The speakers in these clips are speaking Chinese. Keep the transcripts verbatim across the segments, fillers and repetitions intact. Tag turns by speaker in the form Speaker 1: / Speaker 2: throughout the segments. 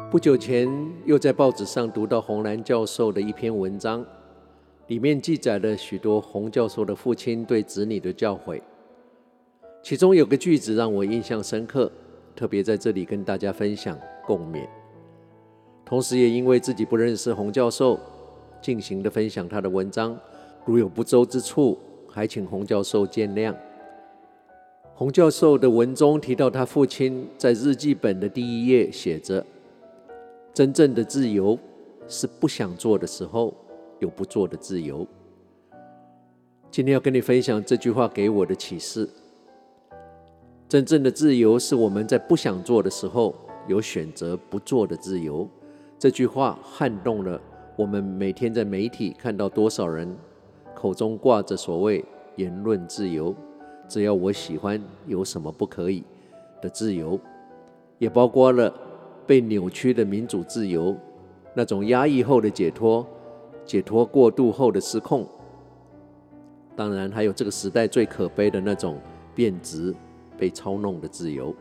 Speaker 1: 不久前又在报纸上读到洪兰教授的一篇文章，里面记载了许多洪教授的父亲对子女的教诲，其中有个句子让我印象深刻，特别在这里跟大家分享共勉。同时也因为自己不认识洪教授，尽情地分享他的文章，如有不周之处，还请洪教授见谅。洪教授的文中提到他父亲在日记本的第一页写着，真正的自由是不想做的时候有不做的自由。今天要跟你分享这句话给我的启示。真正的自由是我们在不想做的时候有选择不做的自由。这句话撼动了我们每天在媒体看到多少人口中挂着所谓言论自由，只要我喜欢有什么不可以的自由，也包括了被扭曲的民主自由，那种压抑后的解脱，解脱过度后的失控。当然还有这个时代最可悲的那种变质被操弄的自由。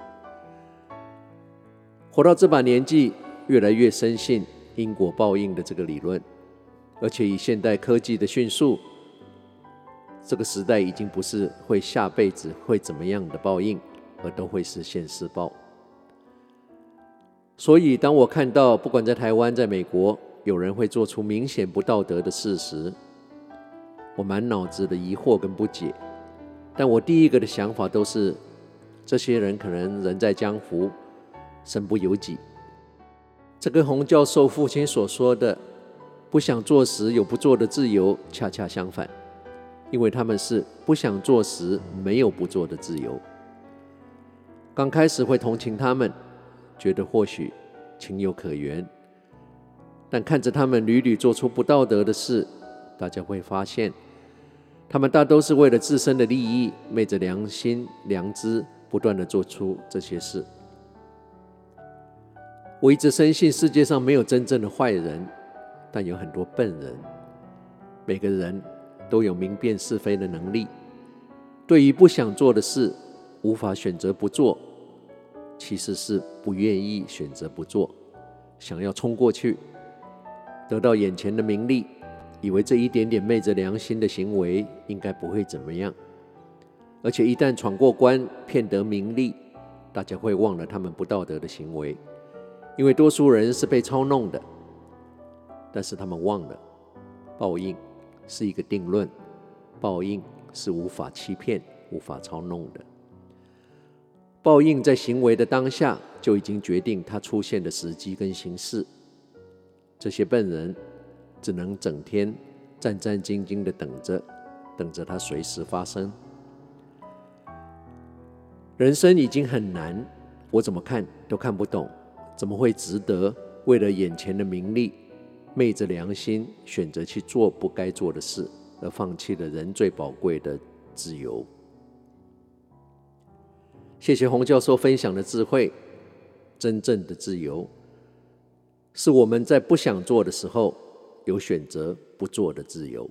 Speaker 1: 活到这把年纪，越来越深信因果报应的这个理论，而且以现代科技的迅速，这个时代已经不是会下辈子会怎么样的报应，而都会是现世报。所以当我看到不管在台湾在美国有人会做出明显不道德的事时，我满脑子的疑惑跟不解，但我第一个的想法都是这些人可能人在江湖身不由己。这跟洪教授父亲所说的不想做时有不做的自由恰恰相反，因为他们是不想做时没有不做的自由。刚开始会同情他们，觉得或许情有可原，但看着他们屡屡做出不道德的事，大家会发现他们大都是为了自身的利益，昧着良心良知不断地做出这些事。我一直深信世界上没有真正的坏人，但有很多笨人。每个人都有明辨是非的能力，对于不想做的事无法选择不做，其实是不愿意选择不做，想要冲过去得到眼前的名利，以为这一点点昧着良心的行为应该不会怎么样，而且一旦闯过关骗得名利，大家会忘了他们不道德的行为，因为多数人是被操弄的。但是他们忘了报应是一个定论，报应是无法欺骗无法操弄的。报应在行为的当下就已经决定它出现的时机跟形式。这些笨人只能整天战战兢兢地等着，等着它随时发生。人生已经很难，我怎么看都看不懂，怎么会值得为了眼前的名利，昧着良心选择去做不该做的事，而放弃了人最宝贵的自由。谢谢洪教授分享的智慧。真正的自由是我们在不想做的时候有选择不做的自由。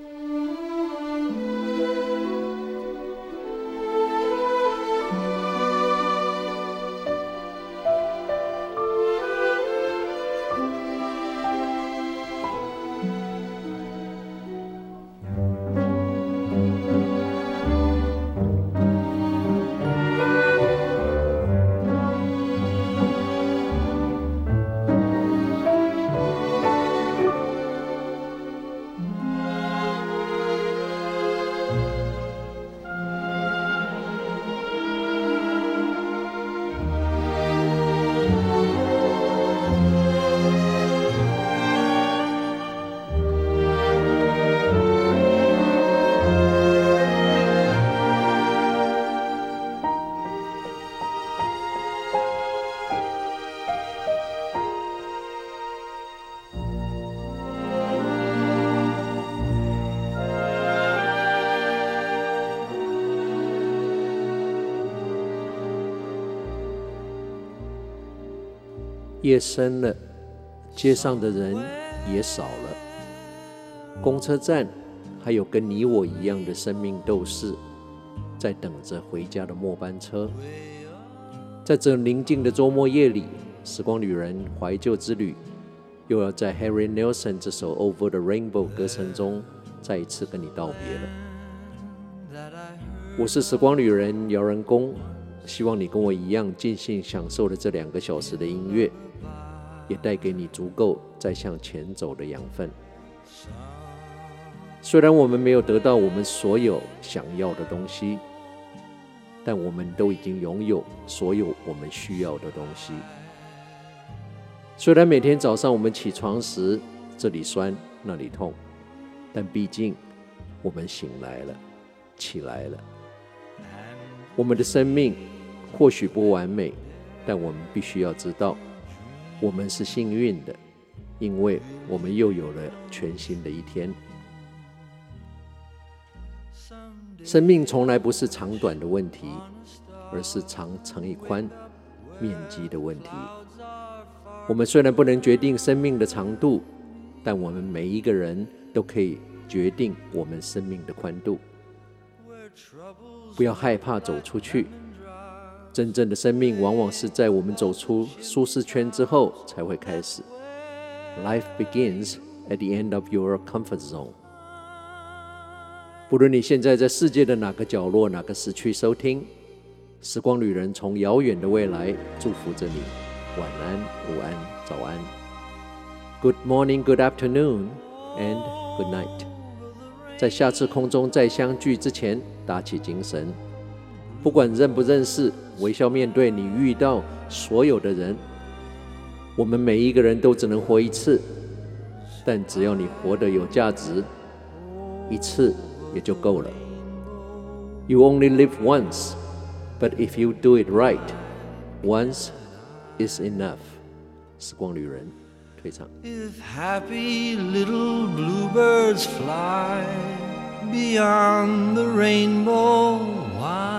Speaker 1: 夜深了，街上的人也少了，公车站还有跟你我一样的生命斗士在等着回家的末班车。在这宁静的周末夜里， 时光旅人怀旧之旅又要在 Harry Nilsson 这首 Over the Rainbow 歌声中再一次跟你道别了。我是时光旅人姚仁公，希望你跟我一样尽兴享受了这两个小时的音乐，也带给你足够再向前走的养分。虽然我们没有得到我们所有想要的东西，但我们都已经拥有所有我们需要的东西。虽然每天早上我们起床时这里酸那里痛，但毕竟我们醒来了，起来了。我们的生命或许不完美，但我们必须要知道，我们是幸运的，因为我们又有了全新的一天。生命从来不是长短的问题，而是长乘以宽面积的问题。我们虽然不能决定生命的长度，但我们每一个人都可以决定我们生命的宽度。不要害怕走出去，真正的生命往往是在我们走出舒适圈之后才会开始。Life begins at the end of your comfort zone。不论你现在在世界的哪个角落、哪个时区收听，时光旅人从遥远的未来祝福着你。晚安、午安、早安。Good morning, good afternoon, and good night。在下次空中再相聚之前，打起精神。不管认不认识，微笑面对你遇到所有的人。我们每一个人都只能活一次，但只要你活得有价值，一次也就够了。You only live once, but if you do it right, once is enough。时光旅人退场。
Speaker 2: If happy little bluebirds fly beyond the rainbow, why